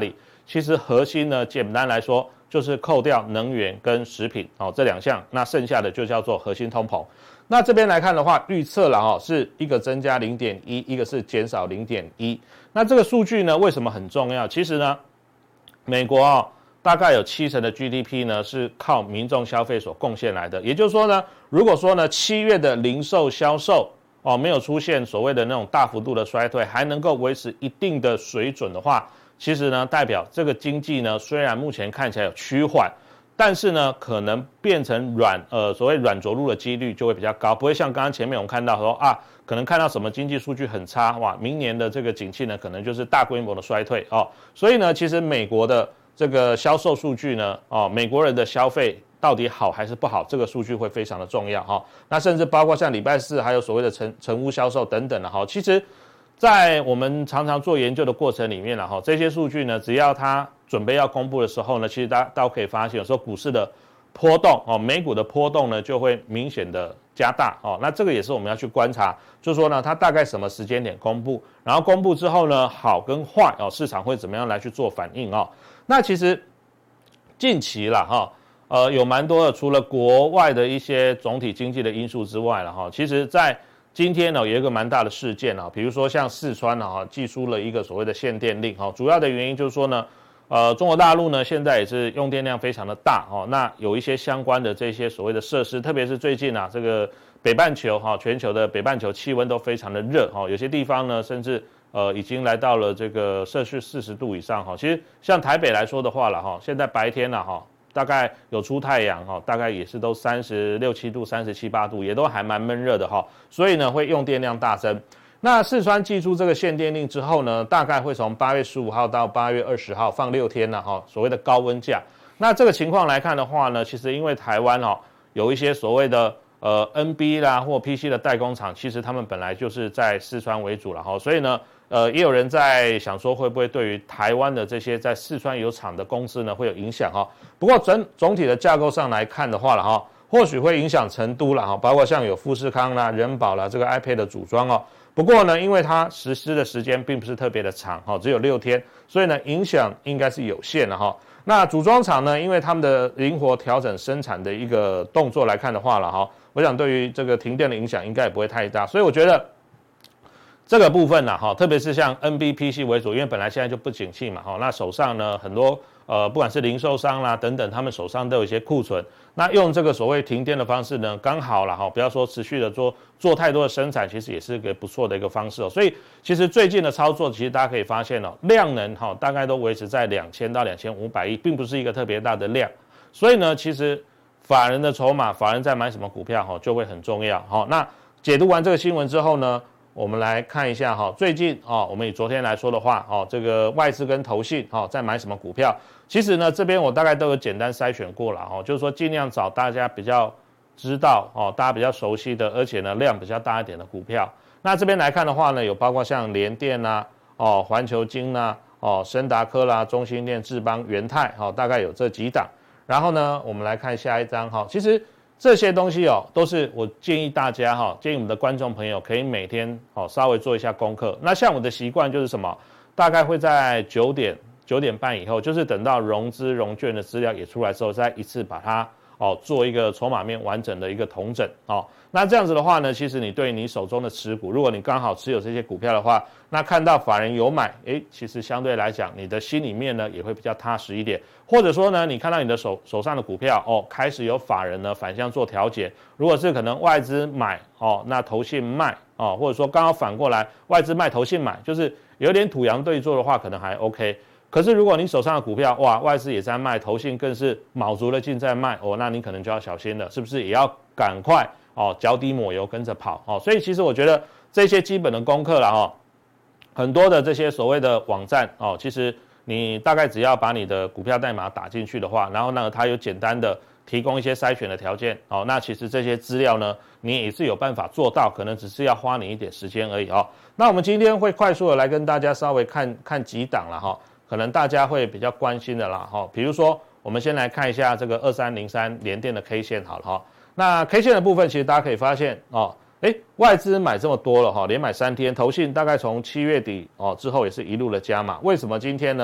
D: 其实核心呢，简单来说就是扣掉能源跟食品哦这两项，那剩下的就叫做核心通膨。那这边来看的话，预测了哈，是一个增加 零点一， 一个是减少 零点一。那这个数据呢，为什么很重要？其实呢，美国啊、哦，大概有七成的 G D P 呢是靠民众消费所贡献来的。也就是说呢，如果说呢七月的零售销售哦没有出现所谓的那种大幅度的衰退，还能够维持一定的水准的话，其实呢代表这个经济呢虽然目前看起来有趋缓，但是呢，可能变成软呃所谓软着陆的几率就会比较高，不会像刚刚前面我们看到说啊，可能看到什么经济数据很差，哇，明年的这个景气呢，可能就是大规模的衰退哦。所以呢，其实美国的这个销售数据呢，哦，美国人的消费到底好还是不好，这个数据会非常的重要哈、哦。那甚至包括像礼拜四还有所谓的成成屋销售等等的哈、哦，其实。在我们常常做研究的过程里面了哈，这些数据呢，只要它准备要公布的时候呢，其实大家都可以发现，有时候股市的波动哦，美股的波动呢就会明显的加大哦。那这个也是我们要去观察，就是说呢，它大概什么时间点公布，然后公布之后呢，好跟坏哦，市场会怎么样来去做反应哦。那其实近期啦哈，呃，有蛮多的，除了国外的一些总体经济的因素之外了哈，其实在今天呢，有一个蛮大的事件啊，比如说像四川啊，寄出了一个所谓的限电令哈，主要的原因就是说呢，呃，中国大陆呢现在也是用电量非常的大哦，那有一些相关的这些所谓的设施，特别是最近啊，这个北半球哈，全球的北半球气温都非常的热哈，有些地方呢甚至呃已经来到了这个摄氏四十度以上哈。其实像台北来说的话了哈，现在白天了哈。大概有出太阳哈，大概也是都三十六七度、三十七八度，也都还蛮闷热的哈，所以呢会用电量大增。那四川寄出这个限电令之后呢，大概会从八月十五号到八月二十号放六天了哈，所谓的高温假。那这个情况来看的话呢，其实因为台湾哦有一些所谓的呃 N B 啦或 P C 的代工厂，其实他们本来就是在四川为主了哈，所以呢。呃，也有人在想说，会不会对于台湾的这些在四川有厂的公司呢，会有影响哈？不过整总体的架构上来看的话了哈，或许会影响成都了哈，包括像有富士康啦、人保啦这个 iPad 的组装哦。不过呢，因为它实施的时间并不是特别的长哈，只有六天，所以呢影响应该是有限的哈。那组装厂呢，因为他们的灵活调整生产的一个动作来看的话了哈，我想对于这个停电的影响应该也不会太大，所以我觉得。这个部分呢，哈，特别是像 N B P C 为主，因为本来现在就不景气嘛，哈，那手上呢很多呃，不管是零售商啦等等，他们手上都有一些库存，那用这个所谓停电的方式呢，刚好了哈，不要说持续的做做太多的生产，其实也是一个不错的一个方式哦。所以其实最近的操作，其实大家可以发现哦，量能哈大概都维持在两千到两千五百亿，并不是一个特别大的量，所以呢，其实法人的筹码，法人在买什么股票哈就会很重要哈。那解读完这个新闻之后呢？我们来看一下哈，最近哦，我们以昨天来说的话，哦，这个外资跟投信哦在买什么股票？其实呢，这边我大概都有简单筛选过了哦，就是说尽量找大家比较知道哦，大家比较熟悉的，而且呢量比较大一点的股票。那这边来看的话呢，有包括像联电啦、哦环球晶啦、哦昇達科啦、中興電、智邦、元泰，哦大概有这几档。然后呢，我们来看下一张哈，其实。这些东西哦，都是我建议大家哈，建议我们的观众朋友可以每天哦稍微做一下功课。那像我的习惯就是什么，大概会在九点九点半以后，就是等到融资融券的资料也出来之后，再一次把它哦做一个筹码面完整的一个统整哦。那这样子的话呢，其实你对你手中的持股，如果你刚好持有这些股票的话，那看到法人有买，诶，其实相对来讲，你的心里面呢也会比较踏实一点。或者说呢，你看到你的手手上的股票哦，开始有法人呢反向做调节。如果是可能外资买哦，那投信卖哦，或者说刚好反过来外资卖投信买，就是有点土洋对做的话，可能还 OK。可是如果你手上的股票哇，外资也在卖，投信更是卯足了劲在卖哦，那你可能就要小心了，是不是也要赶快哦，脚底抹油跟着跑哦？所以其实我觉得这些基本的功课啦哦，很多的这些所谓的网站哦，其实。你大概只要把你的股票代码打进去的话，然后呢，它有简单的提供一些筛选的条件哦。那其实这些资料呢，你也是有办法做到，可能只是要花你一点时间而已哦。那我们今天会快速的来跟大家稍微看看几档了哈，可能大家会比较关心的啦哈。比如说，我们先来看一下这个二三零三联电的 K 线好了哈。那 K 线的部分，其实大家可以发现哦。哎，外资买这么多了哈，连买三天，投信大概从七月底哦之后也是一路的加码。为什么今天呢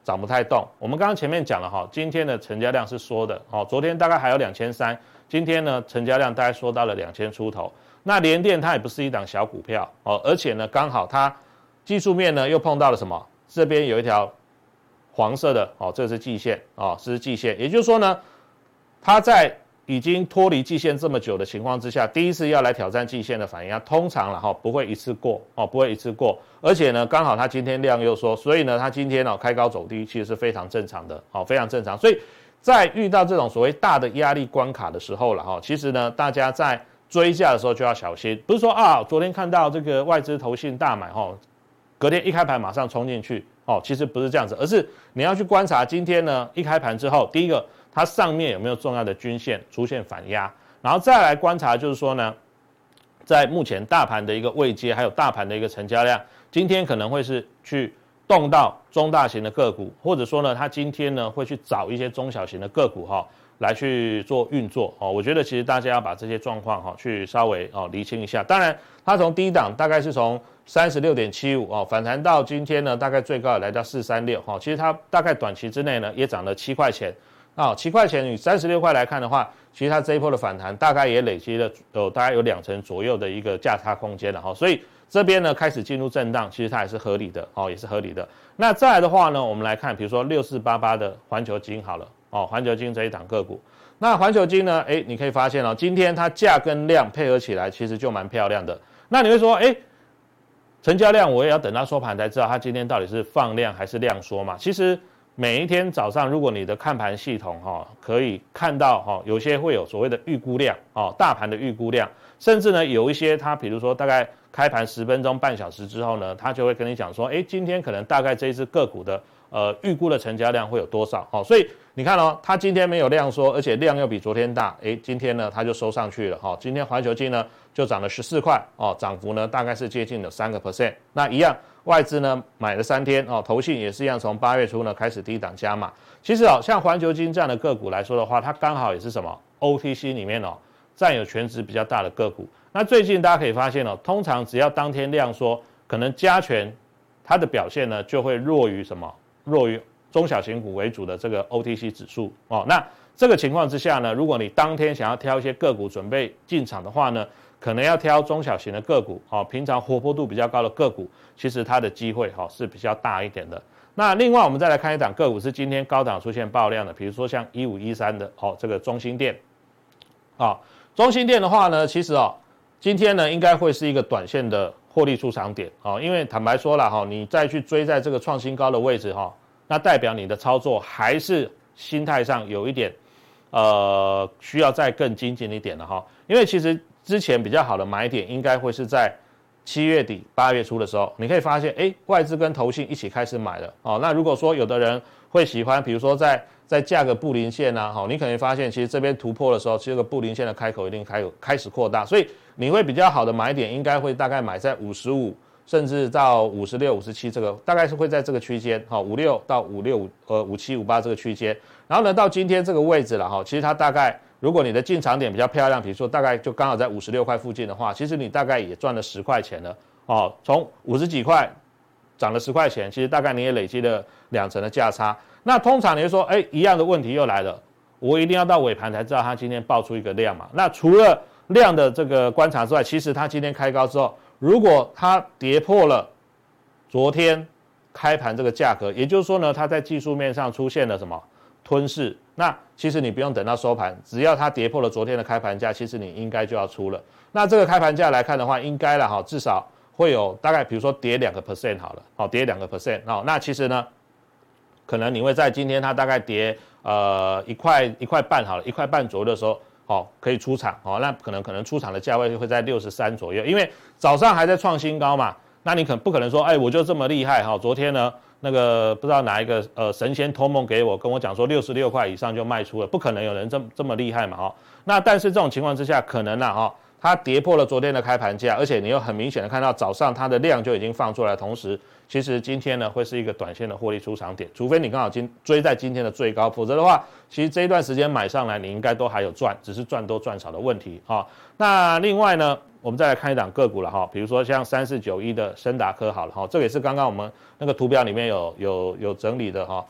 D: 涨不太动。我们刚刚前面讲了哈，今天的成交量是缩的，哦，昨天大概还有两千三，今天呢成交量大概缩到了两千出头。那联电它也不是一档小股票哦，而且呢刚好它技术面呢又碰到了什么？这边有一条黄色的哦，这是季线哦，是季线，也就是说呢，它在已经脱离季线这么久的情况之下，第一次要来挑战季线的反应啊，通常了哈不会一次过哦，不会一次过，而且呢刚好它今天量又缩，所以呢它今天哦开高走低，其实是非常正常的哦，非常正常。所以在遇到这种所谓大的压力关卡的时候了哈，其实呢大家在追价的时候就要小心，不是说啊昨天看到这个外资投信大买哈，隔天一开盘马上冲进去哦，其实不是这样子，而是你要去观察今天呢一开盘之后，第一个它上面有没有重要的均线出现反压，然后再来观察就是说呢，在目前大盘的一个位阶，还有大盘的一个成交量，今天可能会是去动到中大型的个股，或者说呢它今天呢会去找一些中小型的个股哈、哦。来去做运作哦，我觉得其实大家要把这些状况哈去稍微哦厘清一下。当然，它从低档大概是从三十六点七五哦反弹到今天呢，大概最高也来到四三六哈。其实它大概短期之内呢也涨了七块钱啊，七块钱与三十六块来看的话，其实它这一波的反弹大概也累积了有大概有两成左右的一个价差空间了哈。所以这边呢开始进入震荡，其实它也是合理的哦，也是合理的。那再来的话呢，我们来看比如说六四八八的环球金好了。哦，环球金这一档个股，那环球金呢？哎，你可以发现哦，今天它价跟量配合起来，其实就蛮漂亮的。那你会说，哎，成交量我也要等它收盘才知道它今天到底是放量还是量缩嘛？其实每一天早上，如果你的看盘系统哈、哦、可以看到哈、哦，有些会有所谓的预估量哦，大盘的预估量，甚至呢有一些它比如说大概开盘十分钟、半小时之后呢，它就会跟你讲说，哎，今天可能大概这一只个股的呃预估的成交量会有多少？哦，所以你看哦，它今天没有量缩，而且量又比昨天大，诶，今天呢它就收上去了哈、哦。今天环球金呢就涨了十四块哦，涨幅呢大概是接近了三个 percent。那一样，外资呢买了三天哦，投信也是一样，从八月初呢开始低档加码。其实哦，像环球金这样的个股来说的话，它刚好也是什么 O T C 里面哦占有权值比较大的个股。那最近大家可以发现哦，通常只要当天量缩，可能加权它的表现呢就会弱于什么？弱于中小型股为主的这个 O T C 指数哦，那这个情况之下呢，如果你当天想要挑一些个股准备进场的话呢，可能要挑中小型的个股哦，平常活泼度比较高的个股，其实它的机会哈、哦、是比较大一点的。那另外我们再来看一档个股是今天高档出现爆量的，比如说像一五一三的哦，这个中兴电啊、哦，中兴电的话呢，其实哦，今天呢应该会是一个短线的获利出场点哦，因为坦白说了哈、哦，你再去追在这个创新高的位置哈、哦。那代表你的操作还是心态上有一点，呃，需要再更精进一点了哈。因为其实之前比较好的买点应该会是在七月底、八月初的时候，你可以发现，哎，外资跟投信一起开始买了哦。那如果说有的人会喜欢，比如说在在价格布林线啊，哈，你可能发现其实这边突破的时候，其实这个布林线的开口一定开有开始扩大，所以你会比较好的买点应该会大概买在五十五。甚至到五十六、五十七这个，大概是会在这个区间，哈，五六到五六呃五七五八这个区间。然后呢，到今天这个位置了哈，其实它大概，如果你的进场点比较漂亮，比如说大概就刚好在五十六块附近的话，其实你大概也赚了十块钱了，哦，从五十几块涨了十块钱，其实大概你也累积了两成的价差。那通常你就说，哎，一样的问题又来了，我一定要到尾盘才知道它今天爆出一个量嘛。那除了量的这个观察之外，其实它今天开高之后，如果它跌破了昨天开盘这个价格，也就是说呢，它在技术面上出现了什么吞噬，那其实你不用等到收盘，只要它跌破了昨天的开盘价，其实你应该就要出了。那这个开盘价来看的话，应该了哈，至少会有大概比如说跌两个 percent 好了，好跌两个 percent 哦，那其实呢，可能你会在今天它大概跌呃一块一块半好了，一块半左右的时候。哦，可以出场哦，那可能可能出场的价位会在六十三左右，因为早上还在创新高嘛，那你可不可能说，哎，我就这么厉害哈、哦？昨天呢，那个不知道哪一个呃神仙托梦给我，跟我讲说六十六块以上就卖出了，不可能有人这么这么厉害嘛哈、哦？那但是这种情况之下，可能啦哈、哦，它跌破了昨天的开盘价，而且你又很明显的看到早上它的量就已经放出来，同时其实今天呢会是一个短线的获利出场点，除非你刚好今追在今天的最高，否则的话，其实这一段时间买上来你应该都还有赚，只是赚多赚少的问题哈、哦。那另外呢，我们再来看一档个股了哈，比如说像三四九一的昇達科好了哈，这个也是刚刚我们那个图表里面有有有整理的哈，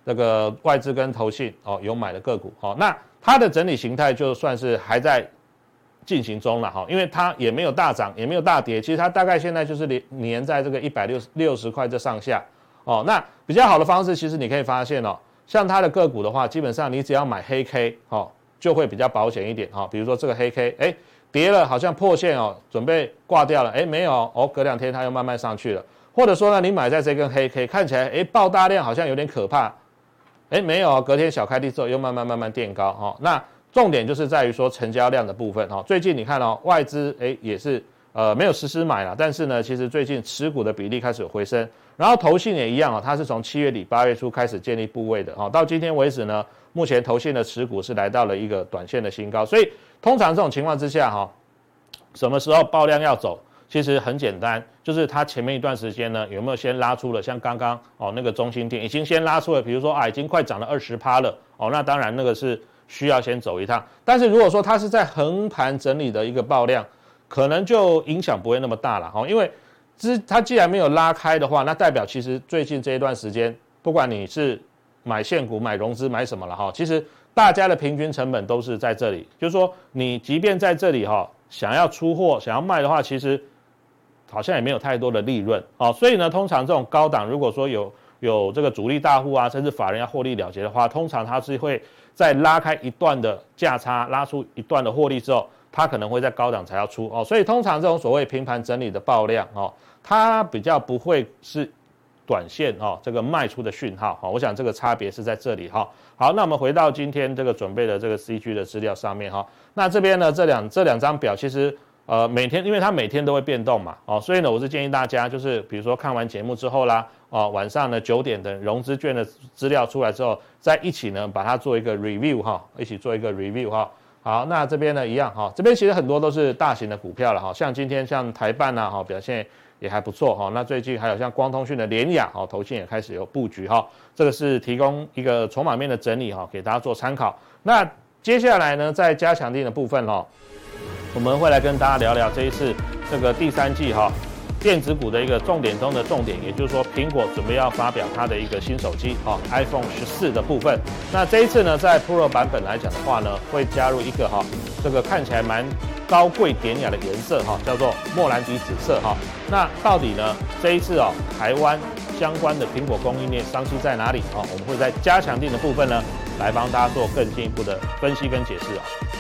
D: 这个外资跟投信哦有买的个股哦，那它的整理形态就算是还在进行中了哈，因为它也没有大涨，也没有大跌，其实它大概现在就是连黏在这个一百六十块这上下哦。那比较好的方式，其实你可以发现哦，像它的个股的话，基本上你只要买黑 K 哦，就会比较保险一点哈、哦。比如说这个黑 K， 哎，跌了好像破线哦，准备挂掉了，哎，没有哦，隔两天它又慢慢上去了。或者说呢，你买在这根黑 K， 看起来哎爆大量好像有点可怕，哎没有，隔天小开低之后又慢慢慢慢垫高哈、哦。那重点就是在于说成交量的部分哈、哦。最近你看哦，外资哎也是呃没有实施买了，但是呢，其实最近持股的比例开始有回升，然后投信也一样哦，它是从七月底八月初开始建立部位的哈、哦，到今天为止呢，目前投信的持股是来到了一个短线的新高，所以通常这种情况之下哈、哦，什么时候爆量要走？其实很简单，就是它前面一段时间呢，有没有先拉出了，像刚刚哦那个中心店已经先拉出了，比如说啊已经快涨了 百分之二十 了哦，那当然那个是需要先走一趟。但是如果说它是在横盘整理的一个爆量，可能就影响不会那么大了哦，因为之它既然没有拉开的话，那代表其实最近这一段时间，不管你是买现股、买融资、买什么了哈，其实大家的平均成本都是在这里，就是说你即便在这里哈，想要出货、想要卖的话，其实好像也没有太多的利润哦，所以呢，通常这种高档，如果说有有这个主力大户啊，甚至法人要获利了结的话，通常它是会在拉开一段的价差，拉出一段的获利之后，它可能会在高档才要出哦，所以通常这种所谓平盘整理的爆量哦，它比较不会是短线哦这个卖出的讯号哈、哦，我想这个差别是在这里哈、哦。好，那我们回到今天这个准备的这个 C G 的资料上面哈、哦，那这边呢这两这两张表其实。呃，每天因为它每天都会变动嘛，哦，所以呢，我是建议大家就是比如说看完节目之后啦，哦，晚上呢九点等融资券的资料出来之后，再一起呢把它做一个 review 哈、哦，一起做一个 review 哈、哦。好，那这边呢一样哈、哦，这边其实很多都是大型的股票了哈、哦，像今天像台办啊哈、哦、表现也还不错哈、哦，那最近还有像光通讯的联亚哦，投信也开始有布局哈、哦，这个是提供一个筹码面的整理哈、哦，给大家做参考。那接下来呢，在加强定的部分哈、哦。我们会来跟大家聊聊这一次这个第三季哈电子股的一个重点中的重点，也就是说苹果准备要发表它的一个新手机哈 iPhone 十四的部分。那这一次呢，在 Pro 版本来讲的话呢，会加入一个哈这个看起来蛮高贵典雅的颜色哈，叫做莫兰迪紫色哈。那到底呢这一次哦，台湾相关的苹果供应链商机在哪里啊？我们会在加强定的部分呢，来帮大家做更进一步的分析跟解释啊。